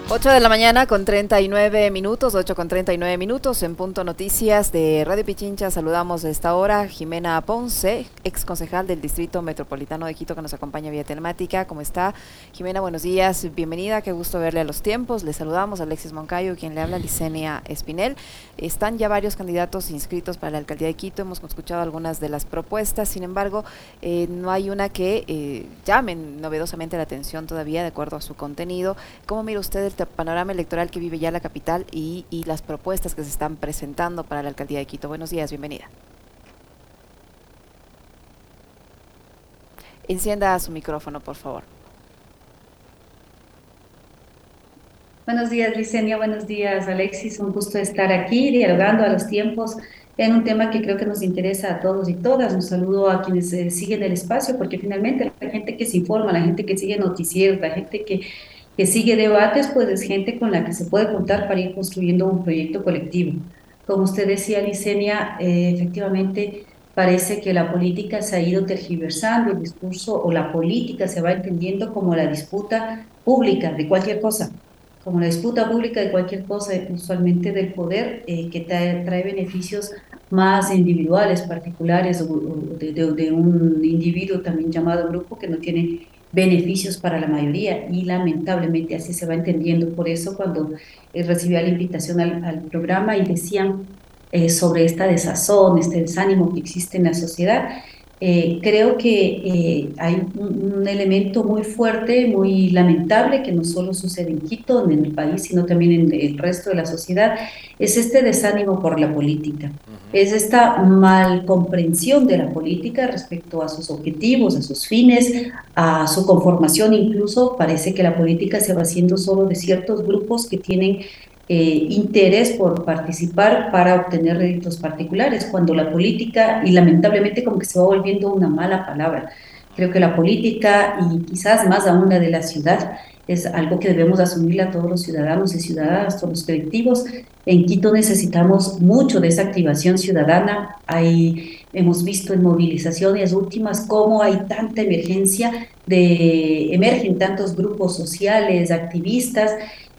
8 de la mañana con 39 minutos, 8 con 39 minutos en Punto Noticias de Radio Pichincha. Saludamos a esta hora Jimena Ponce, ex concejal del Distrito Metropolitano de Quito, que nos acompaña vía telemática. ¿Cómo está? Jimena, buenos días, bienvenida, qué gusto verle a los tiempos. Le saludamos a Alexis Moncayo, quien le habla, Licenia Espinel. Están ya varios candidatos inscritos para la alcaldía de Quito, hemos escuchado algunas de las propuestas, sin embargo, no hay una que llame novedosamente la atención todavía de acuerdo a su contenido. ¿Cómo mira usted el panorama electoral que vive ya la capital y las propuestas que se están presentando para la alcaldía de Quito? Buenos días, bienvenida. Encienda su micrófono, por favor. Buenos días, Licenia, buenos días, Alexis. Un gusto estar aquí dialogando a los tiempos en un tema que creo que nos interesa a todos y todas. Un saludo a quienes siguen el espacio, porque finalmente la gente que se informa, la gente que sigue noticieros, la gente que sigue debates, pues es gente con la que se puede contar para ir construyendo un proyecto colectivo. Como usted decía, Licenia, efectivamente parece que la política se ha ido tergiversando, el discurso o la política se va entendiendo como la disputa pública de cualquier cosa, como la disputa pública de cualquier cosa, usualmente del poder, que trae beneficios más individuales, particulares, o de un individuo también llamado grupo que no tiene beneficios para la mayoría, y lamentablemente así se va entendiendo. Por eso cuando recibía la invitación al programa y decían sobre esta desazón, este desánimo que existe en la sociedad, creo que hay un elemento muy fuerte, muy lamentable, que no solo sucede en Quito, en el país, sino también en el resto de la sociedad, es este desánimo por la política. Es esta malcomprensión de la política respecto a sus objetivos, a sus fines, a su conformación. Incluso parece que la política se va haciendo solo de ciertos grupos que tienen interés por participar para obtener réditos particulares, cuando la política, y lamentablemente como que se va volviendo una mala palabra. Creo que la política, y quizás más aún la de la ciudad, es algo que debemos asumir a todos los ciudadanos y ciudadanas, todos los colectivos. En Quito necesitamos mucho de esa activación ciudadana. Hemos visto en movilizaciones últimas cómo hay tanta emergencia, emergen tantos grupos sociales, activistas,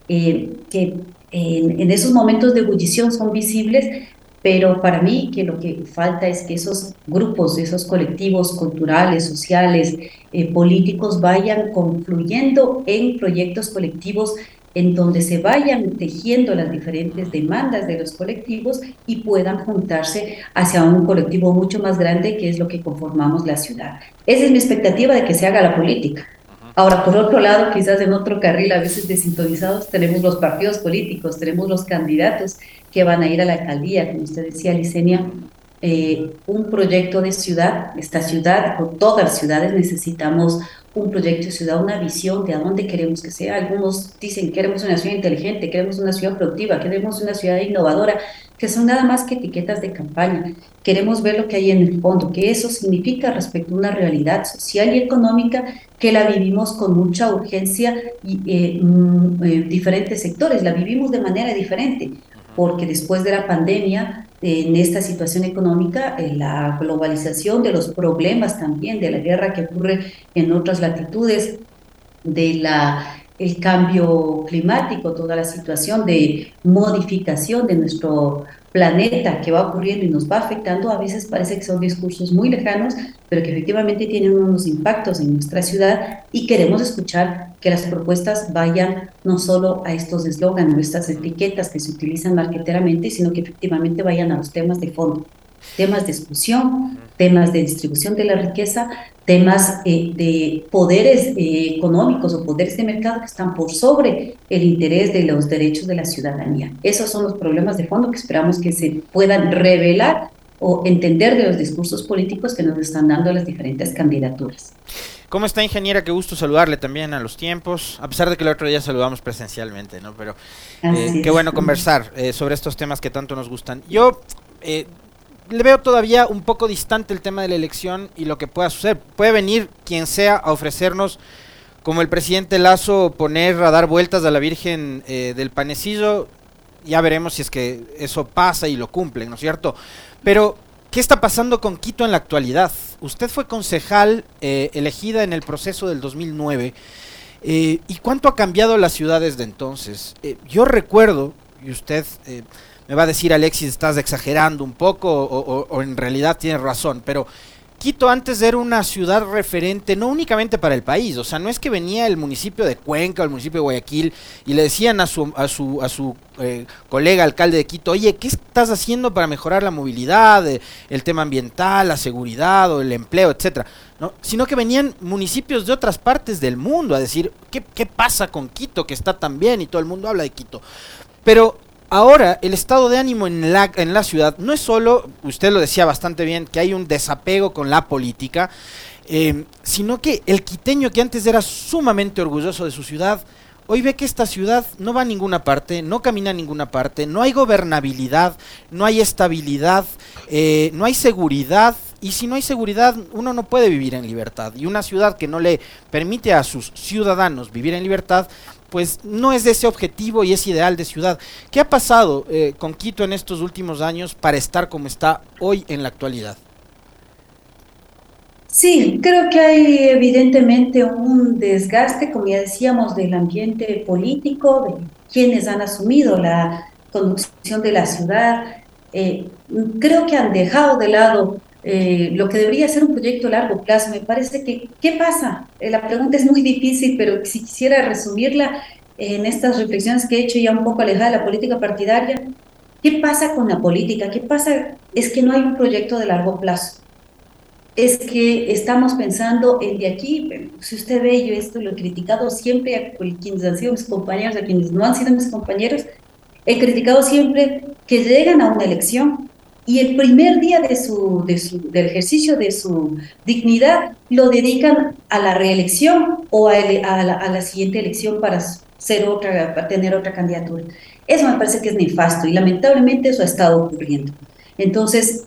que en esos momentos de ebullición son visibles, pero para mí que lo que falta es que esos grupos, esos colectivos culturales, sociales, políticos vayan confluyendo en proyectos colectivos en donde se vayan tejiendo las diferentes demandas de los colectivos y puedan juntarse hacia un colectivo mucho más grande, que es lo que conformamos la ciudad. Esa es mi expectativa de que se haga la política. Ahora, por otro lado, quizás en otro carril, a veces desintonizados, tenemos los partidos políticos, tenemos los candidatos que van a ir a la alcaldía, como usted decía, Licenia, un proyecto de ciudad. Esta ciudad, o todas las ciudades, necesitamos un proyecto de ciudad, una visión de a dónde queremos que sea. Algunos dicen queremos una ciudad inteligente, queremos una ciudad productiva, queremos una ciudad innovadora, que son nada más que etiquetas de campaña. Queremos ver lo que hay en el fondo, que eso significa respecto a una realidad social y económica que la vivimos con mucha urgencia, y diferentes sectores la vivimos de manera diferente, porque después de la pandemia, en esta situación económica, la globalización, de los problemas también, de la guerra que ocurre en otras latitudes, el cambio climático, toda la situación de modificación de nuestro planeta que va ocurriendo y nos va afectando. A veces parece que son discursos muy lejanos, pero que efectivamente tienen unos impactos en nuestra ciudad, y queremos escuchar que las propuestas vayan no solo a estos eslóganes, a estas etiquetas que se utilizan marketeramente, sino que efectivamente vayan a los temas de fondo, temas de exclusión, temas de distribución de la riqueza, temas de poderes económicos o poderes de mercado que están por sobre el interés de los derechos de la ciudadanía. Esos son los problemas de fondo que esperamos que se puedan revelar o entender de los discursos políticos que nos están dando las diferentes candidaturas. ¿Cómo está, ingeniera? Qué gusto saludarle también a los tiempos, a pesar de que el otro día saludamos presencialmente, ¿no? Pero qué bueno conversar sobre estos temas que tanto nos gustan. Yo le veo todavía un poco distante el tema de la elección y lo que pueda suceder. Puede venir quien sea a ofrecernos, como el presidente Lazo, poner a dar vueltas a la Virgen del Panecillo. Ya veremos si es que eso pasa y lo cumplen, ¿no es cierto? Pero ¿qué está pasando con Quito en la actualidad? Usted fue concejal elegida en el proceso del 2009 ¿Y cuánto ha cambiado la ciudad desde entonces? Yo recuerdo, y usted me va a decir, Alexis, estás exagerando un poco o en realidad tienes razón, pero Quito antes era una ciudad referente no únicamente para el país, o sea, no es que venía el municipio de Cuenca o el municipio de Guayaquil y le decían a su colega alcalde de Quito, oye, ¿qué estás haciendo para mejorar la movilidad, el tema ambiental, la seguridad o el empleo, etcétera? ¿No? Sino que venían municipios de otras partes del mundo a decir, ¿qué pasa con Quito, que está tan bien y todo el mundo habla de Quito? Pero ahora, el estado de ánimo en la ciudad no es solo, usted lo decía bastante bien, que hay un desapego con la política, sino que el quiteño que antes era sumamente orgulloso de su ciudad, hoy ve que esta ciudad no va a ninguna parte, no camina a ninguna parte, no hay gobernabilidad, no hay estabilidad, no hay seguridad, y si no hay seguridad uno no puede vivir en libertad, y una ciudad que no le permite a sus ciudadanos vivir en libertad, pues no es ese objetivo y ese ideal de ciudad. ¿Qué ha pasado con Quito en estos últimos años para estar como está hoy en la actualidad? Sí, creo que hay evidentemente un desgaste, como ya decíamos, del ambiente político, de quienes han asumido la conducción de la ciudad. Creo que han dejado de lado lo que debería ser un proyecto a largo plazo. Me parece que, ¿qué pasa? La pregunta es muy difícil, pero si quisiera resumirla en estas reflexiones que he hecho ya un poco alejada de la política partidaria, ¿qué pasa con la política? ¿Qué pasa? Es que no hay un proyecto de largo plazo. Es que estamos pensando en de aquí, si usted ve, yo esto lo he criticado siempre a quienes han sido mis compañeros, a quienes no han sido mis compañeros, he criticado siempre que llegan a una elección y el primer día del ejercicio de su dignidad lo dedican a la reelección o a la siguiente elección para tener otra candidatura. Eso me parece que es nefasto y lamentablemente eso ha estado ocurriendo. Entonces,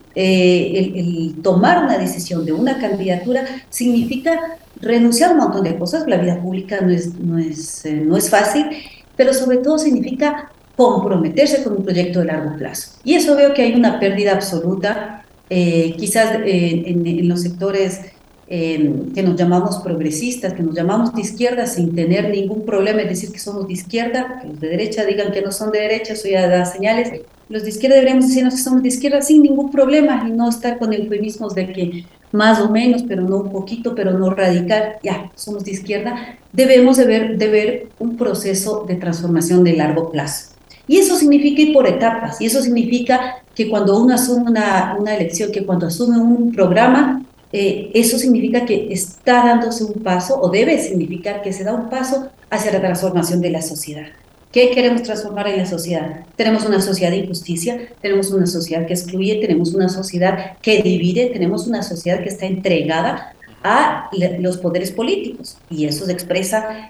el tomar una decisión de una candidatura significa renunciar a un montón de cosas. La vida pública no es fácil, pero sobre todo significa comprometerse con un proyecto de largo plazo. Y eso veo que hay una pérdida absoluta, quizás en los sectores que nos llamamos progresistas, que nos llamamos de izquierda, sin tener ningún problema en decir que somos de izquierda, que los de derecha digan que no son de derecha, eso ya da señales. Los de izquierda deberíamos decirnos que somos de izquierda sin ningún problema y no estar con eufemismos de que más o menos, pero no un poquito, pero no radical, ya, somos de izquierda. Debemos de ver un proceso de transformación de largo plazo. Y eso significa ir por etapas, y eso significa que cuando uno asume una elección, que cuando asume un programa, eso significa que está dándose un paso, o debe significar que se da un paso hacia la transformación de la sociedad. ¿Qué queremos transformar en la sociedad? Tenemos una sociedad de injusticia, tenemos una sociedad que excluye, tenemos una sociedad que divide, tenemos una sociedad que está entregada a los poderes políticos, y eso se expresa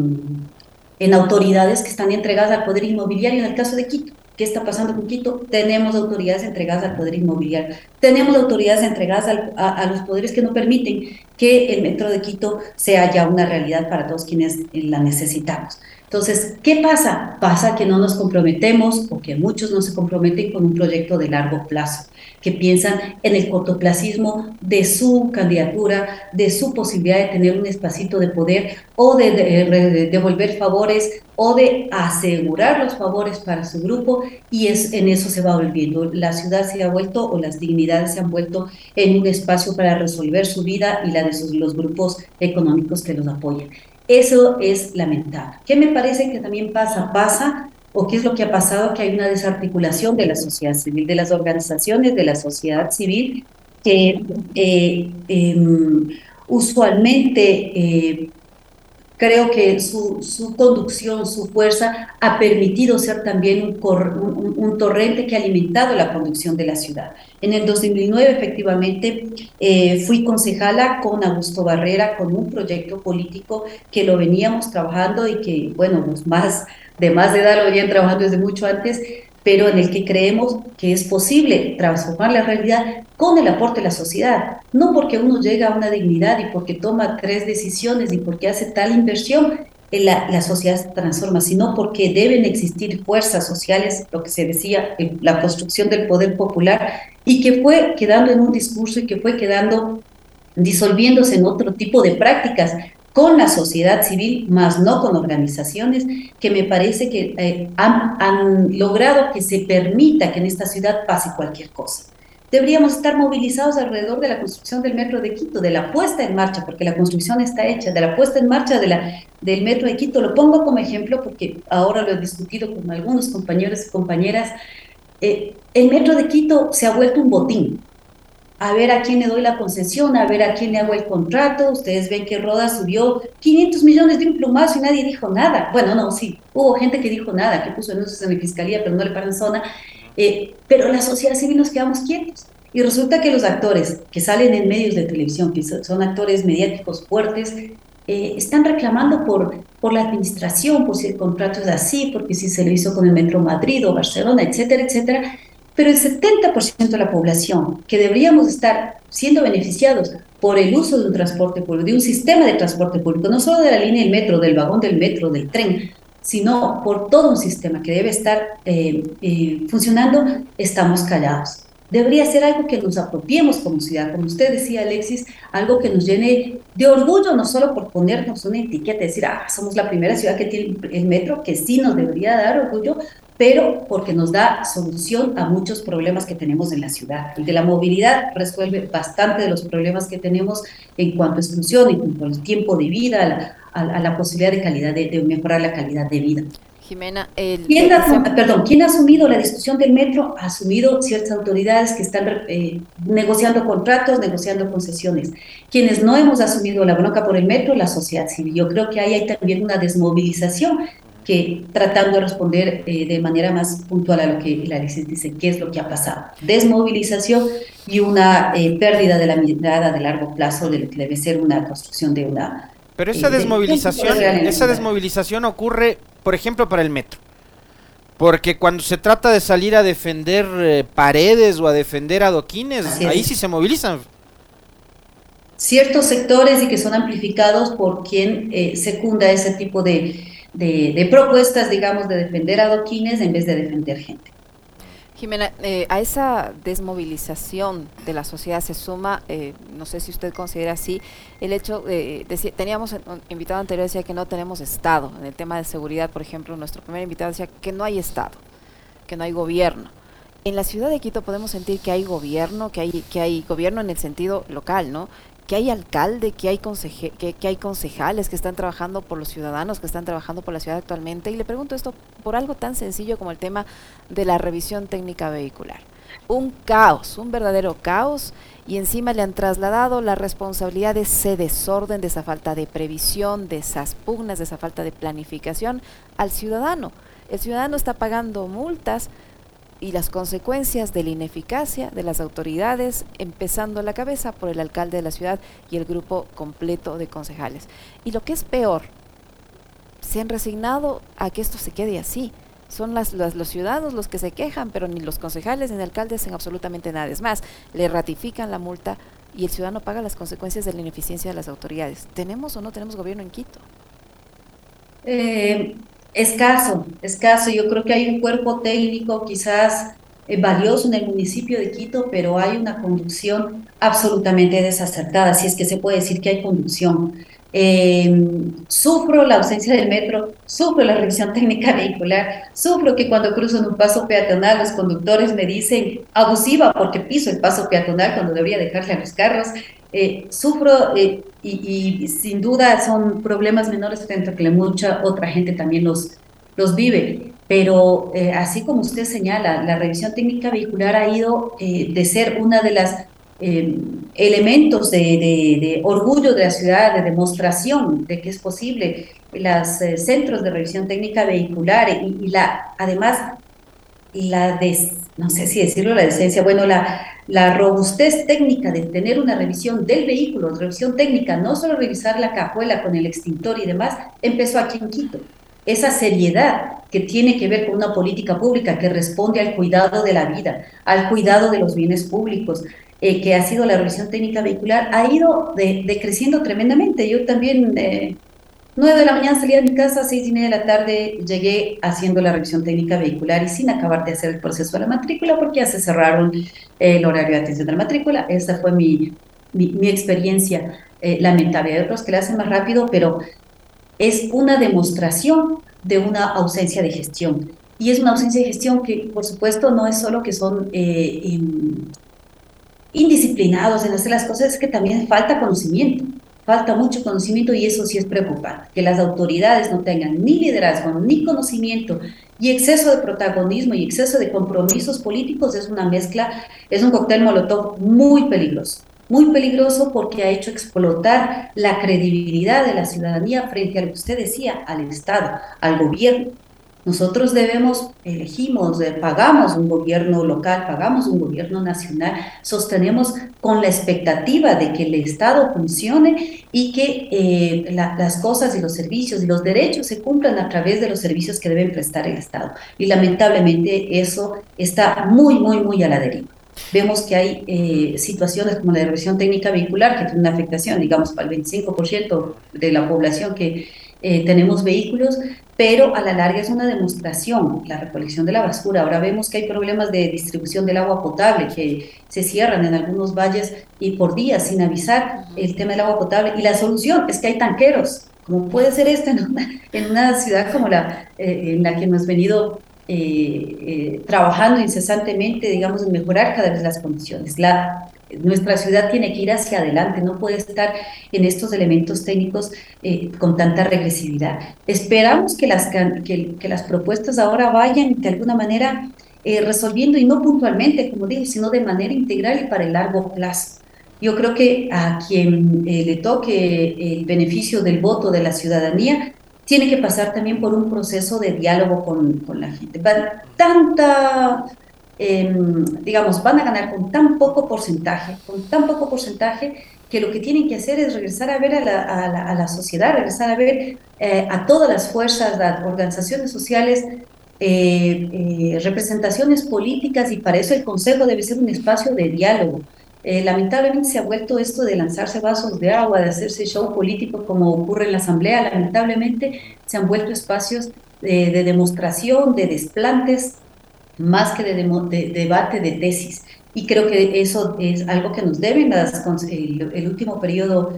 en autoridades que están entregadas al poder inmobiliario. En el caso de Quito, ¿qué está pasando con Quito? Tenemos autoridades entregadas al poder inmobiliario, tenemos autoridades entregadas a los poderes que no permiten que el metro de Quito sea ya una realidad para todos quienes la necesitamos. Entonces, ¿qué pasa? Pasa que no nos comprometemos, o que muchos no se comprometen con un proyecto de largo plazo, que piensan en el cortoplacismo de su candidatura, de su posibilidad de tener un espacito de poder, o de devolver favores, o de asegurar los favores para su grupo, y en eso se va volviendo. La ciudad se ha vuelto, o las dignidades se han vuelto en un espacio para resolver su vida y la de los grupos económicos que los apoyan. Eso es lamentable. ¿Qué me parece que también pasa, o qué es lo que ha pasado? Que hay una desarticulación de la sociedad civil, de las organizaciones de la sociedad civil, que usualmente creo que su conducción, su fuerza ha permitido ser también un torrente que ha alimentado la conducción de la ciudad. En el 2009, efectivamente, fui concejala con Augusto Barrera, con un proyecto político que lo veníamos trabajando y que, bueno, los de más de edad lo venían trabajando desde mucho antes, pero en el que creemos que es posible transformar la realidad con el aporte de la sociedad, no porque uno llega a una dignidad y porque toma 3 decisiones y porque hace tal inversión, la sociedad se transforma, sino porque deben existir fuerzas sociales, lo que se decía, la construcción del poder popular, y que fue quedando en un discurso y que fue quedando disolviéndose en otro tipo de prácticas, con la sociedad civil, más no con organizaciones, que me parece que han logrado que se permita que en esta ciudad pase cualquier cosa. Deberíamos estar movilizados alrededor de la construcción del metro de Quito, de la puesta en marcha, porque la construcción está hecha, de la puesta en marcha del metro de Quito. Lo pongo como ejemplo porque ahora lo he discutido con algunos compañeros y compañeras. El metro de Quito se ha vuelto un botín. A ver a quién le doy la concesión, a ver a quién le hago el contrato. Ustedes ven que Roda subió 500 millones de un plumazo y nadie dijo nada. Bueno, no, sí, hubo gente que dijo nada, que puso anuncios en la fiscalía, pero no le paran zona. Pero la sociedad civil nos quedamos quietos. Y resulta que los actores que salen en medios de televisión, que son actores mediáticos fuertes, están reclamando por la administración, por si el contrato es así, porque si se lo hizo con el Metro Madrid o Barcelona, etcétera, etcétera. Pero el 70% de la población que deberíamos estar siendo beneficiados por el uso de un transporte público, de un sistema de transporte público, no solo de la línea del metro, del vagón del metro, del tren, sino por todo un sistema que debe estar funcionando, estamos callados. Debería ser algo que nos apropiemos como ciudad, como usted decía, Alexis, algo que nos llene de orgullo, no solo por ponernos una etiqueta, decir, somos la primera ciudad que tiene el metro, que sí nos debería dar orgullo, pero porque nos da solución a muchos problemas que tenemos en la ciudad. El de la movilidad resuelve bastante de los problemas que tenemos en cuanto a exclusión, en cuanto al tiempo de vida, a la posibilidad de calidad, de mejorar la calidad de vida. Jimena, ¿Quién ha asumido la discusión del metro? Ha asumido ciertas autoridades que están negociando contratos, negociando concesiones. Quienes no hemos asumido la bronca por el metro, la sociedad civil. Yo creo que ahí hay también una desmovilización que tratando de responder de manera más puntual a lo que la Alexis dice, qué es lo que ha pasado. Desmovilización y una pérdida de la mirada de largo plazo de lo que debe ser una construcción de una... Pero esa desmovilización ocurre, por ejemplo, para el metro. Porque cuando se trata de salir a defender paredes o a defender adoquines, ahí sí se movilizan. Ciertos sectores y que son amplificados por quien secunda ese tipo de propuestas, digamos, de defender adoquines en vez de defender gente. Jimena, a esa desmovilización de la sociedad se suma, no sé si usted considera así, el hecho de teníamos un invitado anterior decía que no tenemos Estado. En el tema de seguridad, por ejemplo, nuestro primer invitado decía que no hay Estado, que no hay gobierno. En la ciudad de Quito podemos sentir que hay gobierno, que hay gobierno en el sentido local, ¿no? Que hay alcalde, que hay concejales que están trabajando por los ciudadanos, que están trabajando por la ciudad actualmente. Y le pregunto esto por algo tan sencillo como el tema de la revisión técnica vehicular. Un caos, un verdadero caos, y encima le han trasladado la responsabilidad de ese desorden, de esa falta de previsión, de esas pugnas, de esa falta de planificación al ciudadano. El ciudadano está pagando multas y las consecuencias de la ineficacia de las autoridades, empezando a la cabeza por el alcalde de la ciudad y el grupo completo de concejales. Y lo que es peor, se han resignado a que esto se quede así. Son los ciudadanos los que se quejan, pero ni los concejales ni el alcalde hacen absolutamente nada. Es más, le ratifican la multa y el ciudadano paga las consecuencias de la ineficiencia de las autoridades. ¿Tenemos o no tenemos gobierno en Quito? Escaso. Yo creo que hay un cuerpo técnico quizás valioso en el municipio de Quito, pero hay una conducción absolutamente desacertada, si es que se puede decir que hay conducción. Sufro la ausencia del metro, sufro la revisión técnica vehicular, sufro que cuando cruzo en un paso peatonal los conductores me dicen abusiva porque piso el paso peatonal cuando debería dejarle a los carros. Sufro y sin duda son problemas menores frente a que mucha otra gente también los vive, pero así como usted señala, la revisión técnica vehicular ha ido de ser una de las elementos de orgullo de la ciudad, de demostración de que es posible, los centros de revisión técnica vehicular y además no sé si decirlo, la decencia, bueno, la robustez técnica de tener una revisión del vehículo, revisión técnica, no solo revisar la cajuela con el extintor y demás, empezó aquí en Quito. Esa seriedad que tiene que ver con una política pública que responde al cuidado de la vida, al cuidado de los bienes públicos, que ha sido la revisión técnica vehicular, ha ido decreciendo tremendamente. Yo también, 9 de la mañana salí de mi casa, 6:30 de la tarde llegué haciendo la revisión técnica vehicular y sin acabar de hacer el proceso de la matrícula porque ya se cerraron el horario de atención de la matrícula. Esa fue mi experiencia. lamentable. Hay otros que lo hacen más rápido, pero es una demostración de una ausencia de gestión. Y es una ausencia de gestión que, por supuesto, no es solo que son indisciplinados en hacer las cosas, es que también falta conocimiento. Falta mucho conocimiento y eso sí es preocupante, que las autoridades no tengan ni liderazgo, ni conocimiento y exceso de protagonismo y exceso de compromisos políticos es una mezcla, es un cóctel molotov muy peligroso porque ha hecho explotar la credibilidad de la ciudadanía frente a lo que usted decía, al Estado, al gobierno. Nosotros elegimos, pagamos un gobierno local, pagamos un gobierno nacional, sostenemos con la expectativa de que el Estado funcione y que las cosas y los servicios y los derechos se cumplan a través de los servicios que deben prestar el Estado. Y lamentablemente eso está muy a la deriva. Vemos que hay situaciones como la de revisión técnica vehicular, que tiene una afectación, digamos, para el 25% de la población que tenemos vehículos, pero a la larga es una demostración, la recolección de la basura. Ahora vemos que hay problemas de distribución del agua potable, que se cierran en algunos valles y por días sin avisar el tema del agua potable. Y la solución es que hay tanqueros, como puede ser en una ciudad como en la que hemos venido trabajando incesantemente, digamos, en mejorar cada vez las condiciones. Nuestra ciudad tiene que ir hacia adelante, no puede estar en estos elementos técnicos con tanta regresividad. Esperamos que las propuestas ahora vayan de alguna manera resolviendo, y no puntualmente, como digo, sino de manera integral y para el largo plazo. Yo creo que a quien le toque el beneficio del voto de la ciudadanía, tiene que pasar también por un proceso de diálogo con la gente. Digamos, van a ganar con tan poco porcentaje, que lo que tienen que hacer es regresar a ver a la sociedad, regresar a ver a todas las fuerzas, las organizaciones sociales, representaciones políticas, y para eso el Consejo debe ser un espacio de diálogo. Lamentablemente se ha vuelto esto de lanzarse vasos de agua, de hacerse show político como ocurre en la Asamblea. Lamentablemente se han vuelto espacios de demostración, de desplantes, más que de debate de tesis. Y creo que eso es algo que nos deben el último periodo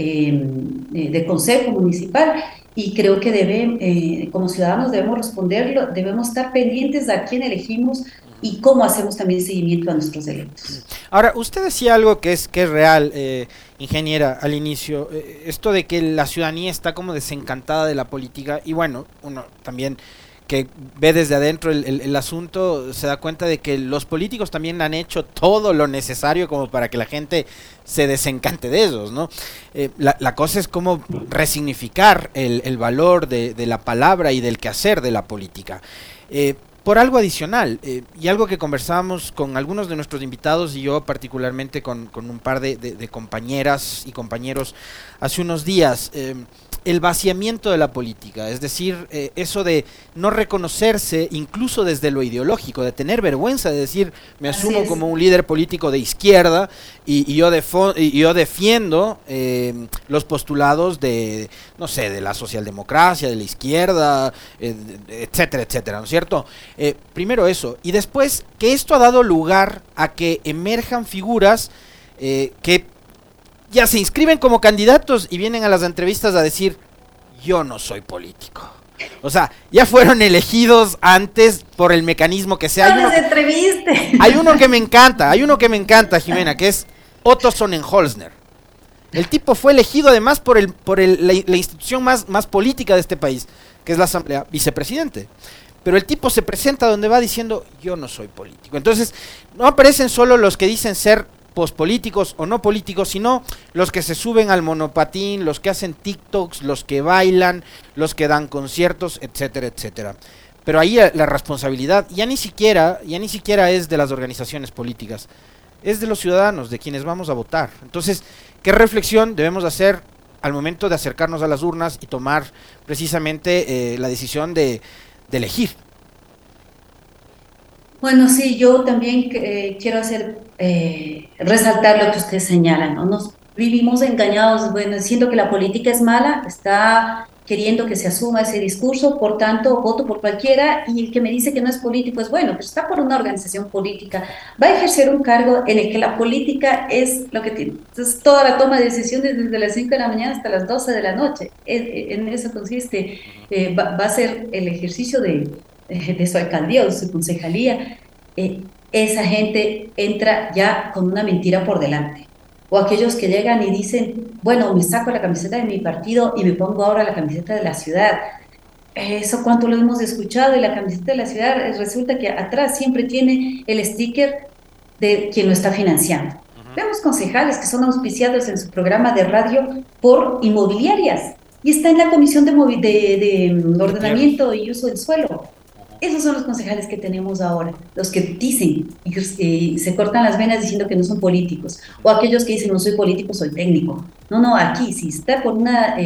de Consejo Municipal, y creo que como ciudadanos debemos responderlo, debemos estar pendientes de a quién elegimos y cómo hacemos también seguimiento a nuestros electos. Ahora, usted decía algo que es real, ingeniera, al inicio, esto de que la ciudadanía está como desencantada de la política, y bueno, uno también que ve desde adentro el asunto se da cuenta de que los políticos también han hecho todo lo necesario como para que la gente se desencante de ellos, ¿no? La cosa es cómo resignificar el valor de la palabra y del quehacer de la política. Por algo adicional, y algo que conversábamos con algunos de nuestros invitados y yo particularmente con un par de compañeras y compañeros hace unos días, el vaciamiento de la política, es decir, eso de no reconocerse incluso desde lo ideológico, de tener vergüenza de decir, me asumo como un líder político de izquierda y yo defiendo los postulados de, no sé, de la socialdemocracia, de la izquierda, etcétera, etcétera, ¿no es cierto? Primero eso, y después que esto ha dado lugar a que emerjan figuras que ya se inscriben como candidatos y vienen a las entrevistas a decir, yo no soy político. O sea, ya fueron elegidos antes por el mecanismo que sea. Hay uno que me encanta, Jimena, que es Otto Sonnenholzner. El tipo fue elegido además por la institución más política de este país, que es la Asamblea, vicepresidente. Pero el tipo se presenta donde va diciendo, yo no soy político. Entonces, no aparecen solo los que dicen ser pospolíticos o no políticos, sino los que se suben al monopatín, los que hacen TikToks, los que bailan, los que dan conciertos, etcétera, etcétera. Pero ahí la responsabilidad ya ni siquiera es de las organizaciones políticas, es de los ciudadanos, de quienes vamos a votar. Entonces, ¿qué reflexión debemos hacer al momento de acercarnos a las urnas y tomar precisamente la decisión de elegir? Bueno, sí, yo también quiero resaltar lo que usted señala, ¿no? Nos vivimos engañados, bueno, siento que la política es mala, está queriendo que se asuma ese discurso, por tanto, voto por cualquiera, y el que me dice que no es político es bueno, pero está por una organización política, va a ejercer un cargo en el que la política es lo que tiene. Entonces, toda la toma de decisiones desde las 5 de la mañana hasta las 12 de la noche, en eso consiste, va a ser el ejercicio de su alcaldía o de su concejalía. Esa gente entra ya con una mentira por delante. O aquellos que llegan y dicen, bueno, me saco la camiseta de mi partido y me pongo ahora la camiseta de la ciudad. Eso cuánto lo hemos escuchado, y la camiseta de la ciudad resulta que atrás siempre tiene el sticker de quien lo está financiando. Vemos concejales que son auspiciados en su programa de radio por inmobiliarias y está en la Comisión de Ordenamiento y Uso del Suelo. Esos son los concejales que tenemos ahora, los que dicen y se cortan las venas diciendo que no son políticos, o aquellos que dicen no soy político, soy técnico. No, aquí si está por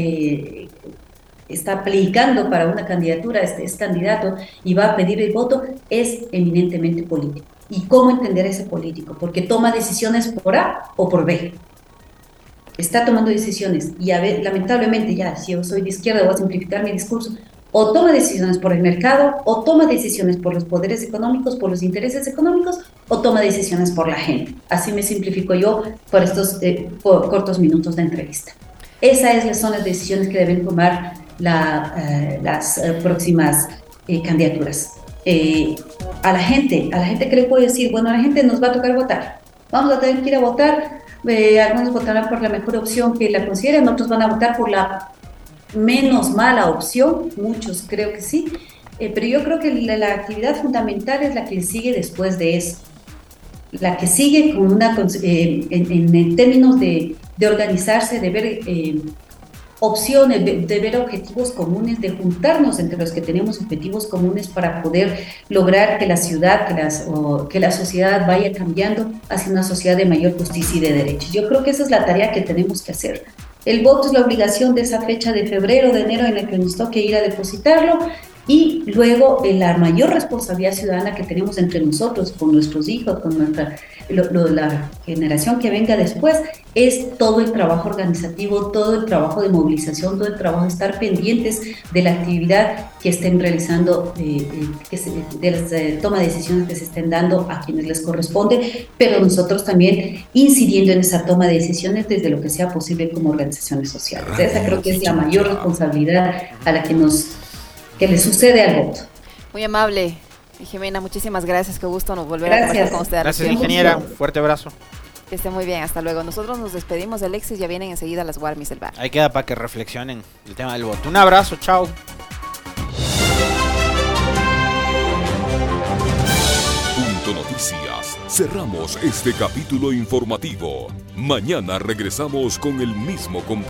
está aplicando para una candidatura, es candidato y va a pedir el voto, es eminentemente político. ¿Y cómo entender a ese político? Porque toma decisiones por A o por B. Está tomando decisiones y lamentablemente ya, si yo soy de izquierda, voy a simplificar mi discurso, o toma decisiones por el mercado, o toma decisiones por los poderes económicos, por los intereses económicos, o toma decisiones por la gente. Así me simplifico yo por estos cortos minutos de entrevista. Esas son las decisiones que deben tomar las próximas candidaturas. A la gente que le puedo decir, bueno, a la gente nos va a tocar votar. Vamos a tener que ir a votar. Algunos votarán por la mejor opción que la consideren, otros van a votar por la menos mala opción, muchos creo que sí, pero yo creo que la actividad fundamental es la que sigue después de eso, la que sigue con en términos de organizarse, de ver opciones, de ver objetivos comunes, de juntarnos entre los que tenemos objetivos comunes para poder lograr que la ciudad, que la sociedad vaya cambiando hacia una sociedad de mayor justicia y de derechos. Yo creo que esa es la tarea que tenemos que hacer. El voto es la obligación de esa fecha de febrero, de enero, en la que nos toque ir a depositarlo, y luego la mayor responsabilidad ciudadana que tenemos entre nosotros, con nuestros hijos, con la generación que venga después, es todo el trabajo organizativo, todo el trabajo de movilización, todo el trabajo de estar pendientes de la actividad que estén realizando, de las toma de decisiones que se estén dando a quienes les corresponde, pero nosotros también incidiendo en esa toma de decisiones desde lo que sea posible como organizaciones sociales. Esa creo que es la mayor responsabilidad a la que le sucede al voto. Muy amable, Jimena, muchísimas gracias, qué gusto nos volver a conversar con usted. Gracias, ingeniera, un fuerte abrazo. Que esté muy bien, hasta luego. Nosotros nos despedimos, Alexis, ya vienen enseguida las Warmis del bar. Ahí queda para que reflexionen el tema del voto. Un abrazo, chao. Punto Noticias. Cerramos este capítulo informativo. Mañana regresamos con el mismo